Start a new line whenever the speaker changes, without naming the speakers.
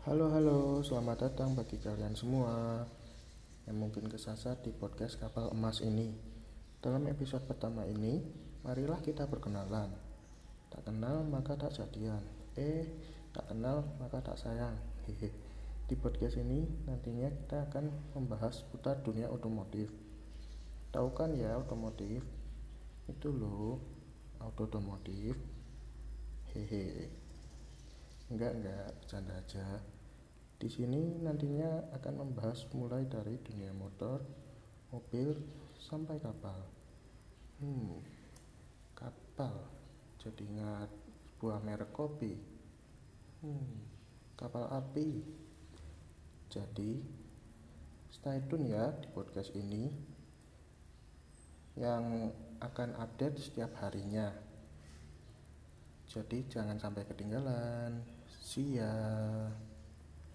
Halo, selamat datang bagi kalian semua yang mungkin kesasar di podcast Kapal Emas ini. Dalam episode pertama ini, marilah kita berkenalan. Tak kenal maka tak jadian. Tak kenal maka tak sayang. Hehe. Di podcast ini nantinya kita akan membahas seputar dunia otomotif. Tahu kan ya otomotif? Itu loh, otomotif. Hehe. Enggak, bercanda aja. Di sini nantinya akan membahas mulai dari dunia motor, mobil, sampai kapal. Kapal. Jadi ingat sebuah merek kopi. Kapal api. Jadi stay tune ya di podcast ini yang akan update setiap harinya. Jadi jangan sampai ketinggalan. See ya.